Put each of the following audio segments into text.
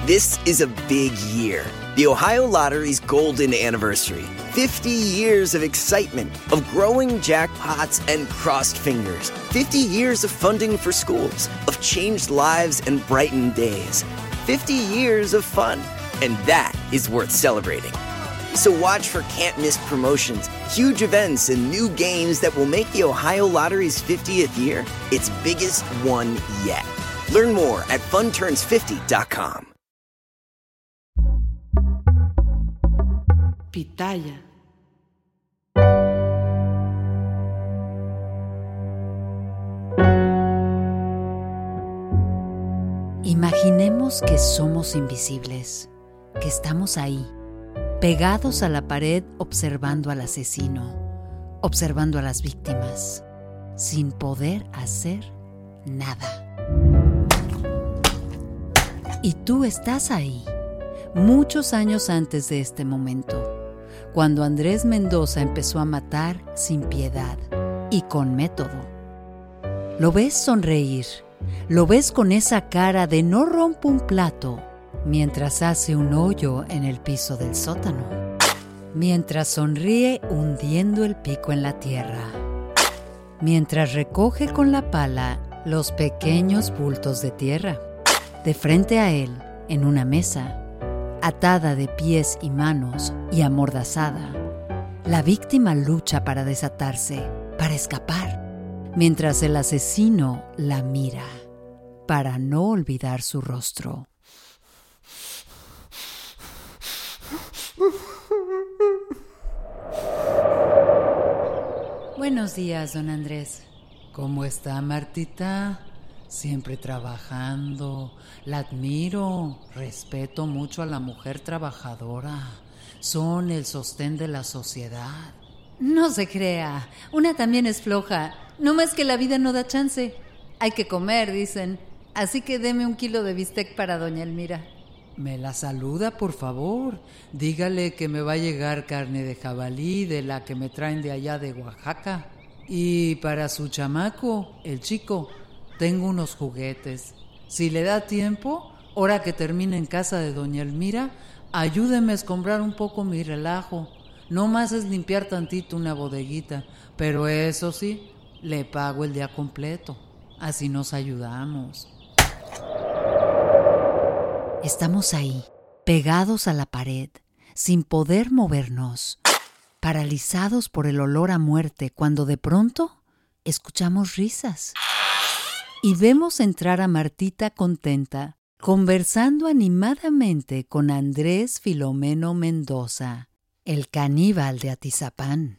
This is a big year. The Ohio Lottery's golden anniversary. 50 years of excitement, of growing jackpots and crossed fingers. 50 years of funding for schools, of changed lives and brightened days. 50 years of fun. And that is worth celebrating. So watch for can't-miss promotions, huge events, and new games that will make the Ohio Lottery's 50th year its biggest one yet. Learn more at funturns50.com. Pitaya. Imaginemos que somos invisibles, que estamos ahí, pegados a la pared observando al asesino, observando a las víctimas, sin poder hacer nada. Y tú estás ahí, muchos años antes de este momento, cuando Andrés Mendoza empezó a matar sin piedad y con método. Lo ves sonreír, lo ves con esa cara de no rompo un plato, mientras hace un hoyo en el piso del sótano, mientras sonríe hundiendo el pico en la tierra, mientras recoge con la pala los pequeños bultos de tierra. De frente a él, en una mesa, atada de pies y manos y amordazada, la víctima lucha para desatarse, para escapar, mientras el asesino la mira, para no olvidar su rostro. Buenos días, don Andrés. ¿Cómo está, Martita? Siempre trabajando. La admiro. Respeto mucho a la mujer trabajadora. Son el sostén de la sociedad. No se crea. Una también es floja. No más que la vida no da chance. Hay que comer, dicen. Así que deme 1 kilo de bistec para doña Elmira. Me la saluda, por favor. Dígale que me va a llegar carne de jabalí, de la que me traen de allá de Oaxaca. Y para su chamaco, el chico, tengo unos juguetes. Si le da tiempo, ahora que termine en casa de doña Elmira, ayúdeme a escombrar un poco mi relajo. No más es limpiar tantito una bodeguita, pero eso sí, le pago el día completo. Así nos ayudamos. Estamos ahí, pegados a la pared, sin poder movernos, paralizados por el olor a muerte, cuando de pronto escuchamos risas. Y vemos entrar a Martita contenta, conversando animadamente con Andrés Filomeno Mendoza, el caníbal de Atizapán.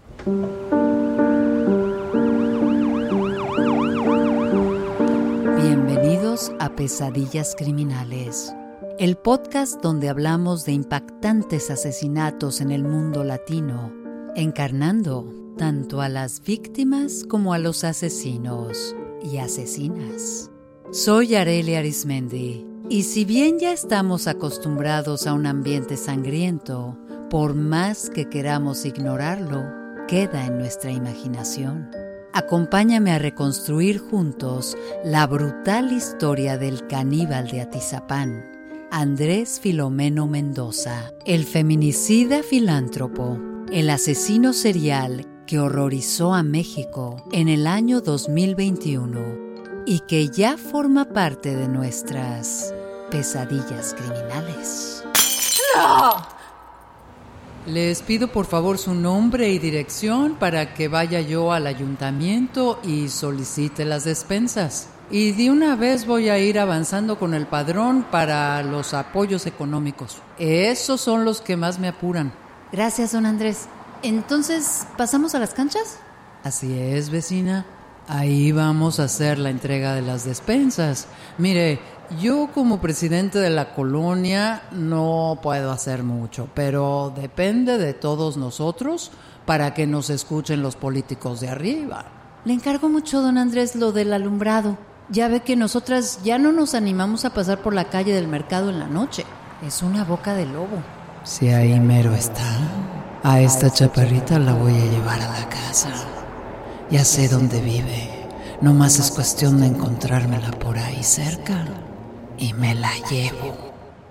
Bienvenidos a Pesadillas Criminales, el podcast donde hablamos de impactantes asesinatos en el mundo latino, encarnando tanto a las víctimas como a los asesinos y asesinas. Soy Arelia Arismendi, y si bien ya estamos acostumbrados a un ambiente sangriento, por más que queramos ignorarlo, queda en nuestra imaginación. Acompáñame a reconstruir juntos la brutal historia del caníbal de Atizapán, Andrés Filomeno Mendoza, el feminicida filántropo, el asesino serial que horrorizó a México en el año 2021 y que ya forma parte de nuestras pesadillas criminales. ¡No! Les pido por favor su nombre y dirección para que vaya yo al ayuntamiento y solicite las despensas. Y de una vez voy a ir avanzando con el padrón para los apoyos económicos. Esos son los que más me apuran. Gracias, don Andrés. Entonces, ¿pasamos a las canchas? Así es, vecina. Ahí vamos a hacer la entrega de las despensas. Mire, yo como presidente de la colonia no puedo hacer mucho, pero depende de todos nosotros para que nos escuchen los políticos de arriba. Le encargo mucho, don Andrés, lo del alumbrado. Ya ve que nosotras ya no nos animamos a pasar por la calle del mercado en la noche. Es una boca de lobo. Si ahí mero está, a esta chaparrita la voy a llevar a la casa. Ya sé dónde vive. Nomás es cuestión de encontrármela por ahí cerca y me la llevo.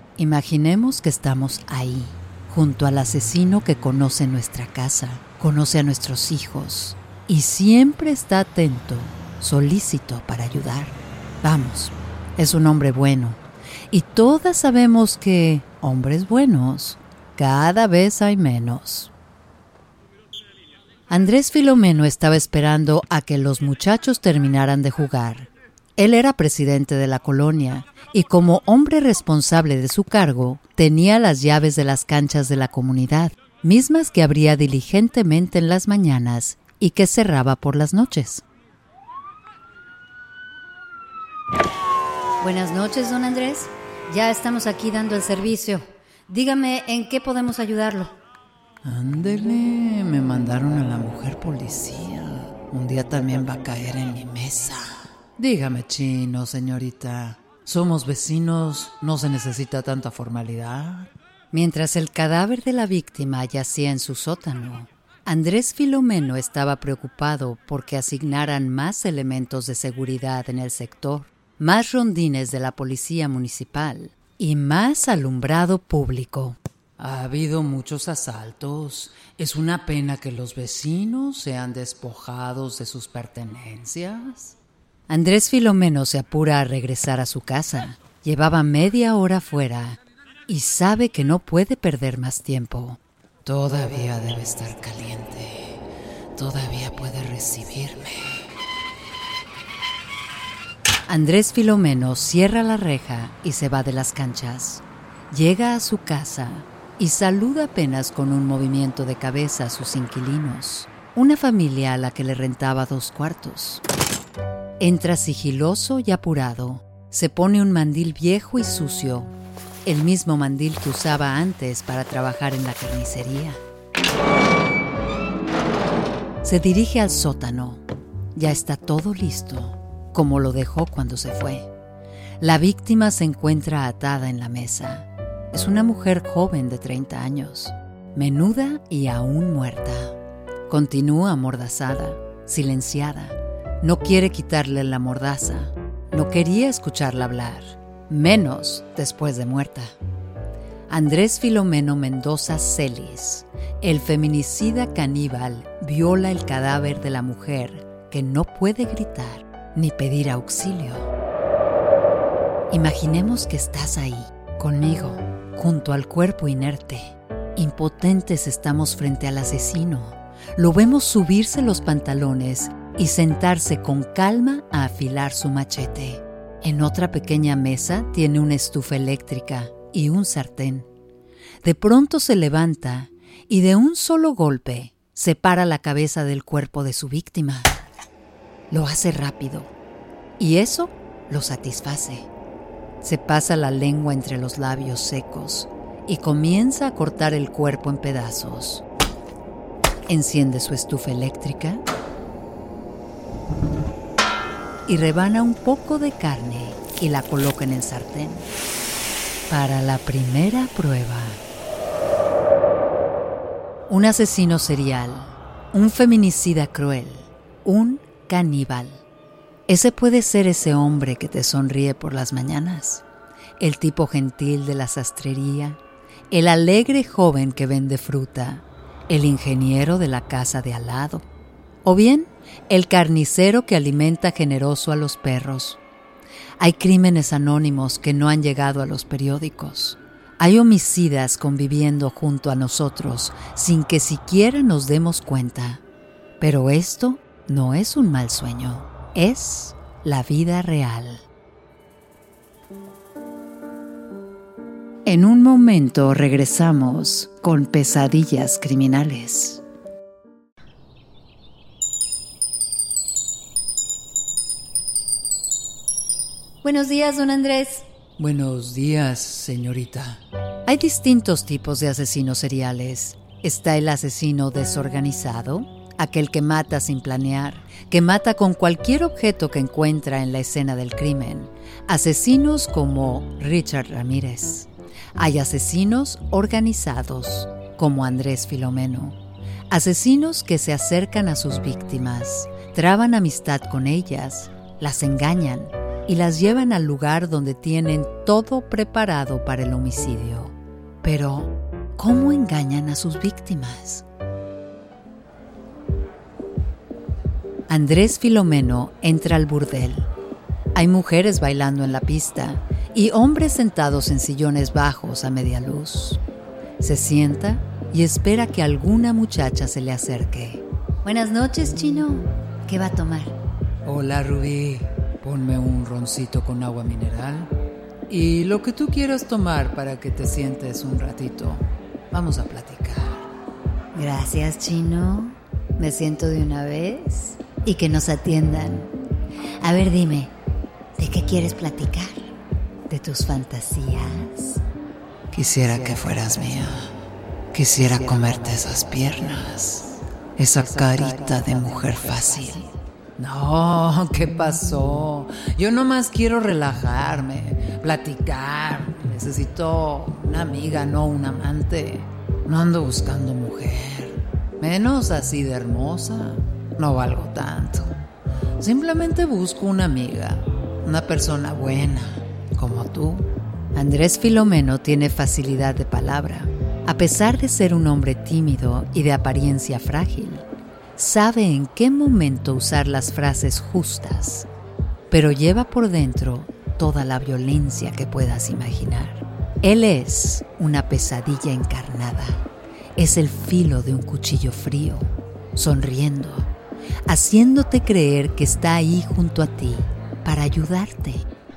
Imaginemos que estamos ahí, junto al asesino que conoce nuestra casa, conoce a nuestros hijos y siempre está atento, solícito para ayudar. Vamos, es un hombre bueno. Y todas sabemos que hombres buenos cada vez hay menos. Andrés Filomeno estaba esperando a que los muchachos terminaran de jugar. Él era presidente de la colonia y como hombre responsable de su cargo, tenía las llaves de las canchas de la comunidad, mismas que abría diligentemente en las mañanas y que cerraba por las noches. Buenas noches, don Andrés. Ya estamos aquí dando el servicio. Dígame, ¿en qué podemos ayudarlo? Ándele, me mandaron a la mujer policía. Un día también va a caer en mi mesa. Dígame, Chino, señorita. Somos vecinos, no se necesita tanta formalidad. Mientras el cadáver de la víctima yacía en su sótano, Andrés Filomeno estaba preocupado porque asignaran más elementos de seguridad en el sector, más rondines de la policía municipal y más alumbrado público. Ha habido muchos asaltos. Es una pena que los vecinos sean despojados de sus pertenencias. Andrés Filomeno se apura a regresar a su casa. Llevaba media hora fuera y sabe que no puede perder más tiempo. Todavía debe estar caliente. Todavía puede recibirme. Andrés Filomeno cierra la reja y se va de las canchas. Llega a su casa y saluda apenas con un movimiento de cabeza a sus inquilinos, una familia a la que le rentaba 2 cuartos. Entra sigiloso y apurado. Se pone un mandil viejo y sucio, el mismo mandil que usaba antes para trabajar en la carnicería. Se dirige al sótano. Ya está todo listo, como lo dejó cuando se fue. La víctima se encuentra atada en la mesa. Es una mujer joven de 30 años, menuda y aún muerta. Continúa amordazada, silenciada. No quiere quitarle la mordaza. No quería escucharla hablar, menos después de muerta. Andrés Filomeno Mendoza Celis, el feminicida caníbal, viola el cadáver de la mujer que no puede gritar ni pedir auxilio. Imaginemos que estás ahí, conmigo, junto al cuerpo inerte. Impotentes estamos frente al asesino. Lo vemos subirse los pantalones y sentarse con calma a afilar su machete. En otra pequeña mesa tiene una estufa eléctrica y un sartén. De pronto se levanta y de un solo golpe separa la cabeza del cuerpo de su víctima. Lo hace rápido y eso lo satisface. Se pasa la lengua entre los labios secos y comienza a cortar el cuerpo en pedazos. Enciende su estufa eléctrica y rebana un poco de carne y la coloca en el sartén. Para la primera prueba. Un asesino serial, un feminicida cruel, un caníbal. Ese puede ser ese hombre que te sonríe por las mañanas, el tipo gentil de la sastrería, el alegre joven que vende fruta, el ingeniero de la casa de al lado, o bien el carnicero que alimenta generoso a los perros. Hay crímenes anónimos que no han llegado a los periódicos. Hay homicidas conviviendo junto a nosotros sin que siquiera nos demos cuenta. Pero esto no es un mal sueño, es la vida real. En un momento regresamos con Pesadillas Criminales. Buenos días, don Andrés. Buenos días, señorita. Hay distintos tipos de asesinos seriales. Está el asesino desorganizado, aquel que mata sin planear, que mata con cualquier objeto que encuentra en la escena del crimen. Asesinos como Richard Ramírez. Hay asesinos organizados, como Andrés Filomeno. Asesinos que se acercan a sus víctimas, traban amistad con ellas, las engañan y las llevan al lugar donde tienen todo preparado para el homicidio. Pero, ¿cómo engañan a sus víctimas? Andrés Filomeno entra al burdel. Hay mujeres bailando en la pista y hombres sentados en sillones bajos a media luz. Se sienta y espera que alguna muchacha se le acerque. Buenas noches, Chino. ¿Qué va a tomar? Hola, Rubí. Ponme un roncito con agua mineral y lo que tú quieras tomar para que te sientes un ratito. Vamos a platicar. Gracias, Chino. Me siento de una vez y que nos atiendan. A ver, dime, ¿de qué quieres platicar? ¿De tus fantasías? Quisiera que fueras mía. Quisiera comerte esas piernas, esa carita de mujer fácil. No, ¿qué pasó? Yo nomás quiero relajarme, platicar. Necesito una amiga, no un amante. No ando buscando mujer. Menos así de hermosa. No valgo tanto. Simplemente busco una amiga, una persona buena, como tú. Andrés Filomeno tiene facilidad de palabra. A pesar de ser un hombre tímido y de apariencia frágil, sabe en qué momento usar las frases justas, pero lleva por dentro toda la violencia que puedas imaginar. Él es una pesadilla encarnada. Es el filo de un cuchillo frío, sonriendo, haciéndote creer que está ahí junto a ti para ayudarte.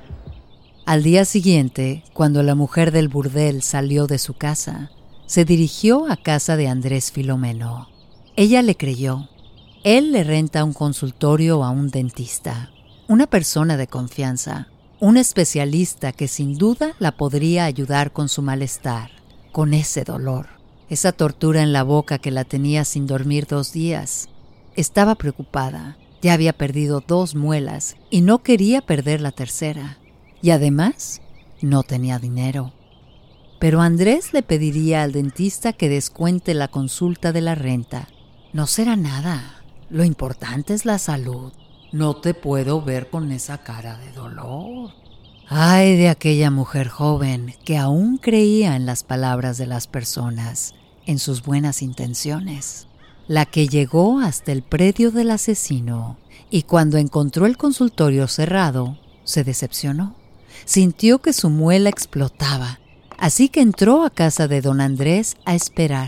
Al día siguiente, cuando la mujer del burdel salió de su casa, se dirigió a casa de Andrés Filomeno. Ella le creyó. Él le renta un consultorio a un dentista, una persona de confianza, un especialista que sin duda la podría ayudar con su malestar, con ese dolor, esa tortura en la boca que la tenía sin dormir 2 días. Estaba preocupada, ya había perdido 2 muelas y no quería perder la tercera. Y además, no tenía dinero. Pero Andrés le pediría al dentista que descuente la consulta de la renta. No será nada. Lo importante es la salud. No te puedo ver con esa cara de dolor. Ay de aquella mujer joven que aún creía en las palabras de las personas, en sus buenas intenciones. La que llegó hasta el predio del asesino y cuando encontró el consultorio cerrado, se decepcionó. Sintió que su muela explotaba, así que entró a casa de don Andrés a esperar.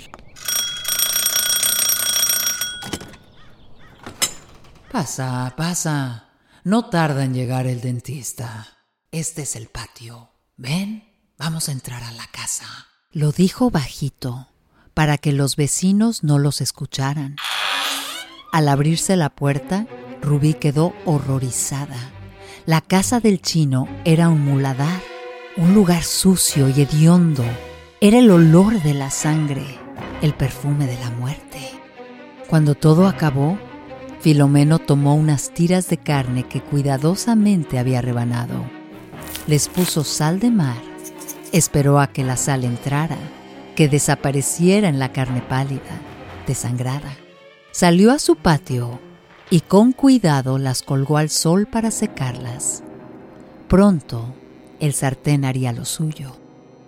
Pasa, pasa. No tarda en llegar el dentista. Este es el patio. Ven, vamos a entrar a la casa. Lo dijo bajito, para que los vecinos no los escucharan. Al abrirse la puerta, Rubí quedó horrorizada. La casa del chino era un muladar, un lugar sucio y hediondo. Era el olor de la sangre, el perfume de la muerte. Cuando todo acabó, Filomeno tomó unas tiras de carne que cuidadosamente había rebanado. Les puso sal de mar, esperó a que la sal entrara, que desapareciera en la carne pálida, desangrada. Salió a su patio y con cuidado las colgó al sol para secarlas. Pronto, el sartén haría lo suyo.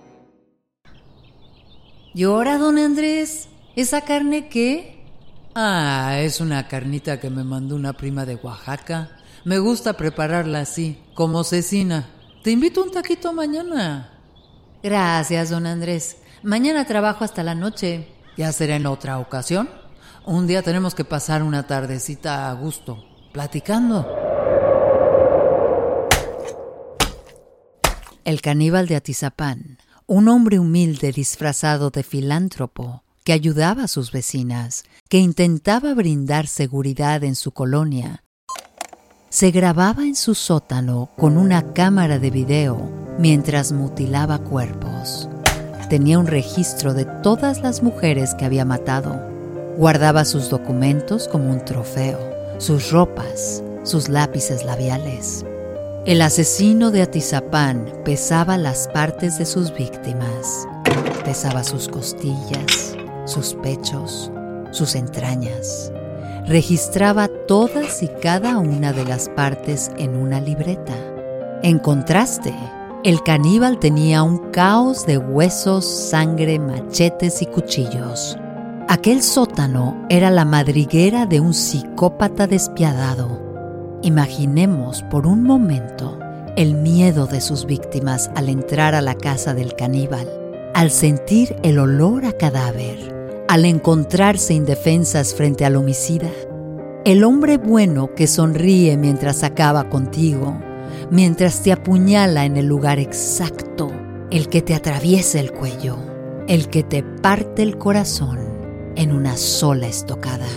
¿Y ahora, don Andrés? ¿Esa carne qué? Ah, es una carnita que me mandó una prima de Oaxaca. Me gusta prepararla así, como cecina. Te invito a un taquito mañana. Gracias, don Andrés. Mañana trabajo hasta la noche. Ya será en otra ocasión. Un día tenemos que pasar una tardecita a gusto, platicando. El caníbal de Atizapán, un hombre humilde disfrazado de filántropo que ayudaba a sus vecinas, que intentaba brindar seguridad en su colonia, se grababa en su sótano con una cámara de video mientras mutilaba cuerpos. Tenía un registro de todas las mujeres que había matado. Guardaba sus documentos como un trofeo, sus ropas, sus lápices labiales. El asesino de Atizapán pesaba las partes de sus víctimas. Pesaba sus costillas, sus pechos, sus entrañas. Registraba todas y cada una de las partes en una libreta. En contraste, el caníbal tenía un caos de huesos, sangre, machetes y cuchillos. Aquel sótano era la madriguera de un psicópata despiadado. Imaginemos por un momento el miedo de sus víctimas al entrar a la casa del caníbal, al sentir el olor a cadáver, al encontrarse indefensas frente al homicida. El hombre bueno que sonríe mientras acaba contigo, mientras te apuñala en el lugar exacto, el que te atraviesa el cuello, el que te parte el corazón en una sola estocada.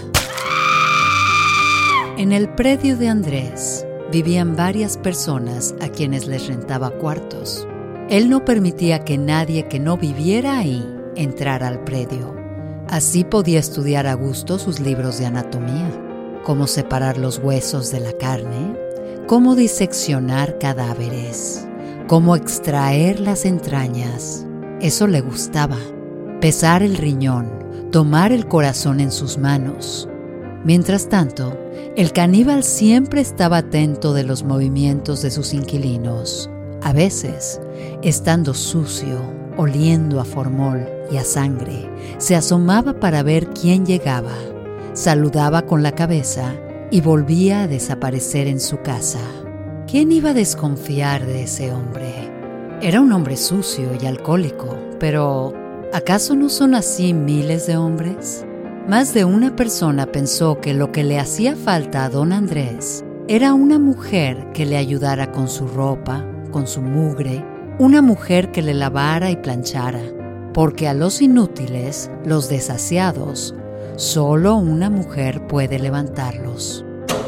En el predio de Andrés vivían varias personas a quienes les rentaba cuartos. Él no permitía que nadie que no viviera ahí entrara al predio. Así podía estudiar a gusto sus libros de anatomía, cómo separar los huesos de la carne, cómo diseccionar cadáveres, cómo extraer las entrañas. Eso le gustaba, pesar el riñón, tomar el corazón en sus manos. Mientras tanto, el caníbal siempre estaba atento de los movimientos de sus inquilinos. A veces, estando sucio, oliendo a formol y a sangre, se asomaba para ver quién llegaba, saludaba con la cabeza y volvía a desaparecer en su casa. ¿Quién iba a desconfiar de ese hombre? Era un hombre sucio y alcohólico, pero ¿acaso no son así miles de hombres? Más de una persona pensó que lo que le hacía falta a don Andrés era una mujer que le ayudara con su ropa, con su mugre, una mujer que le lavara y planchara, porque a los inútiles, los desasiados, solo una mujer puede levantarlos.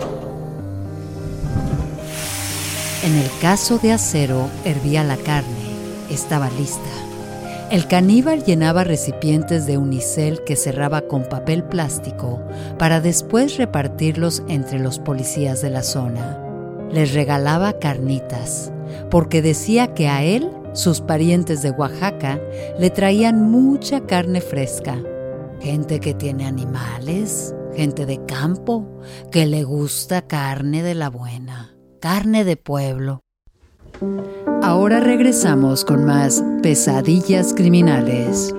En el caso de Acero, hervía la carne, estaba lista. El caníbal llenaba recipientes de unicel que cerraba con papel plástico para después repartirlos entre los policías de la zona. Les regalaba carnitas, porque decía que a él, sus parientes de Oaxaca, le traían mucha carne fresca. Gente que tiene animales, gente de campo, que le gusta carne de la buena, carne de pueblo. Ahora regresamos con más Pesadillas Criminales.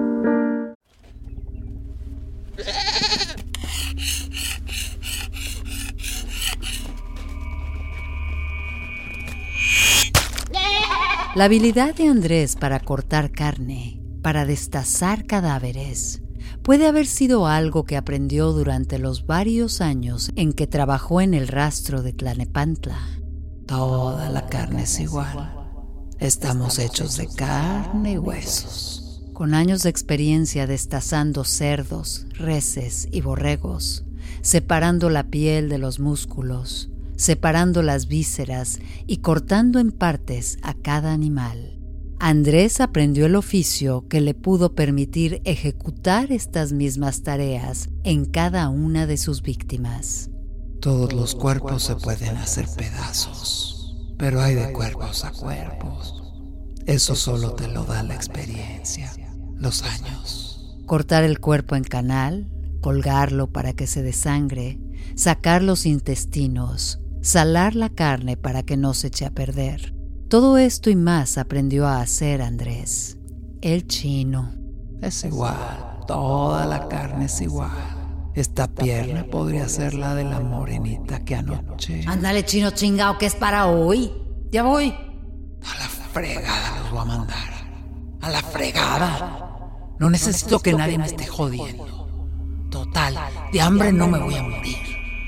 La habilidad de Andrés para cortar carne, para destazar cadáveres, puede haber sido algo que aprendió durante los varios años en que trabajó en el rastro de Tlalnepantla. Toda la carne es igual. Estamos hechos de carne y huesos. Con años de experiencia destazando cerdos, reses y borregos, separando la piel de los músculos, separando las vísceras y cortando en partes a cada animal, Andrés aprendió el oficio que le pudo permitir ejecutar estas mismas tareas en cada una de sus víctimas. Todos los cuerpos se pueden hacer pedazos, pero hay de cuerpos a cuerpos. Eso solo te lo da la experiencia, los años. Cortar el cuerpo en canal, colgarlo para que se desangre, sacar los intestinos, salar la carne para que no se eche a perder. Todo esto y más aprendió a hacer Andrés, el chino. Es igual, toda la carne es igual. Esta pierna podría ser la de la morenita que anoche. Ándale, chino chingao, que es para hoy. Ya voy. A la fregada los voy a mandar. A la fregada. No necesito que nadie me esté jodiendo. Total, de hambre no me voy a morir.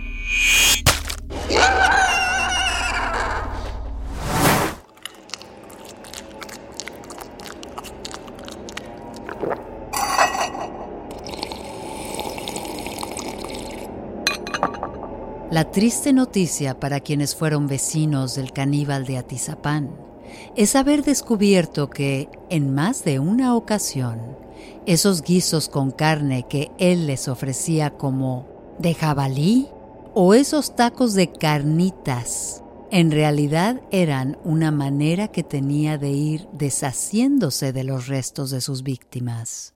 La triste noticia para quienes fueron vecinos del caníbal de Atizapán es haber descubierto que, en más de una ocasión, esos guisos con carne que él les ofrecía como de jabalí o esos tacos de carnitas, en realidad eran una manera que tenía de ir deshaciéndose de los restos de sus víctimas.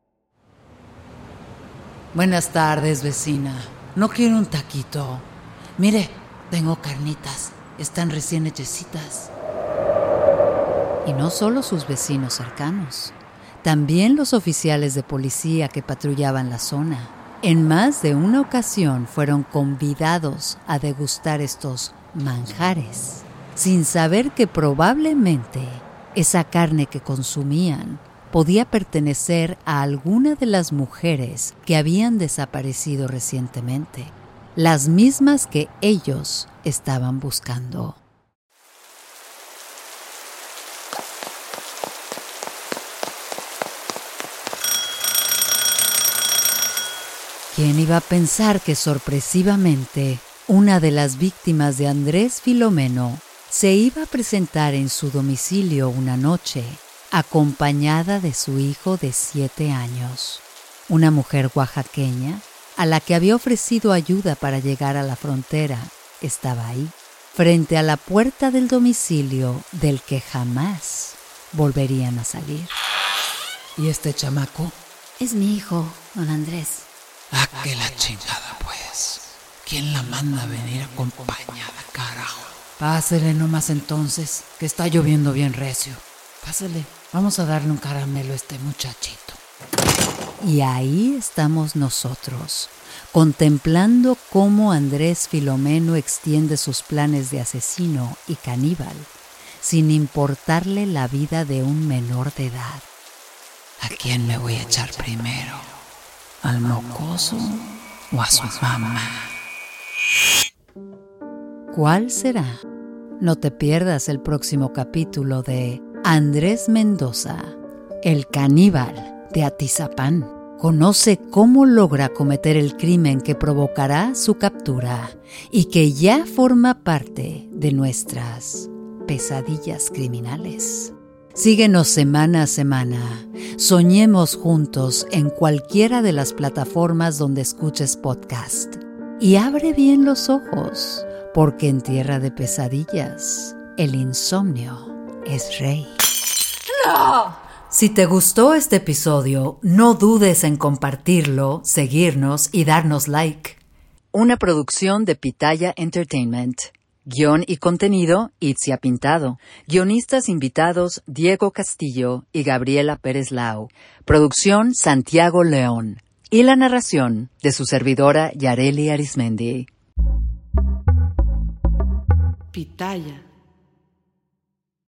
Buenas tardes, vecina. ¿No quiere un taquito? Mire, tengo carnitas. Están recién hechecitas. Y no solo sus vecinos cercanos, también los oficiales de policía que patrullaban la zona. En más de una ocasión fueron convidados a degustar estos manjares, sin saber que probablemente esa carne que consumían podía pertenecer a alguna de las mujeres que habían desaparecido recientemente, las mismas que ellos estaban buscando. ¿Quién iba a pensar que sorpresivamente una de las víctimas de Andrés Filomeno se iba a presentar en su domicilio una noche, acompañada de su hijo de 7 años, una mujer oaxaqueña a la que había ofrecido ayuda para llegar a la frontera? Estaba ahí, frente a la puerta del domicilio del que jamás volverían a salir. ¿Y este chamaco? Es mi hijo, don Andrés. Ah, que la chingada, pues. ¿Quién la manda a venir acompañada, carajo? Pásele nomás entonces, que está lloviendo bien recio. Pásale, vamos a darle un caramelo a este muchachito. Y ahí estamos nosotros, contemplando cómo Andrés Filomeno extiende sus planes de asesino y caníbal, sin importarle la vida de un menor de edad. ¿A quién me voy a echar primero? ¿Al mocoso o a su mamá? ¿Cuál será? No te pierdas el próximo capítulo de Andrés Mendoza, el caníbal de Atizapán. Conoce cómo logra cometer el crimen que provocará su captura y que ya forma parte de nuestras pesadillas criminales. Síguenos semana a semana. Soñemos juntos en cualquiera de las plataformas donde escuches podcast. Y abre bien los ojos, porque en tierra de pesadillas, el insomnio es rey. ¡No! Si te gustó este episodio, no dudes en compartirlo, seguirnos y darnos like. Una producción de Pitaya Entertainment. Guión y contenido, Itzia Pintado. Guionistas invitados, Diego Castillo y Gabriela Pérez Lau. Producción, Santiago León. Y la narración, de su servidora, Yareli Arismendi. Pitaya.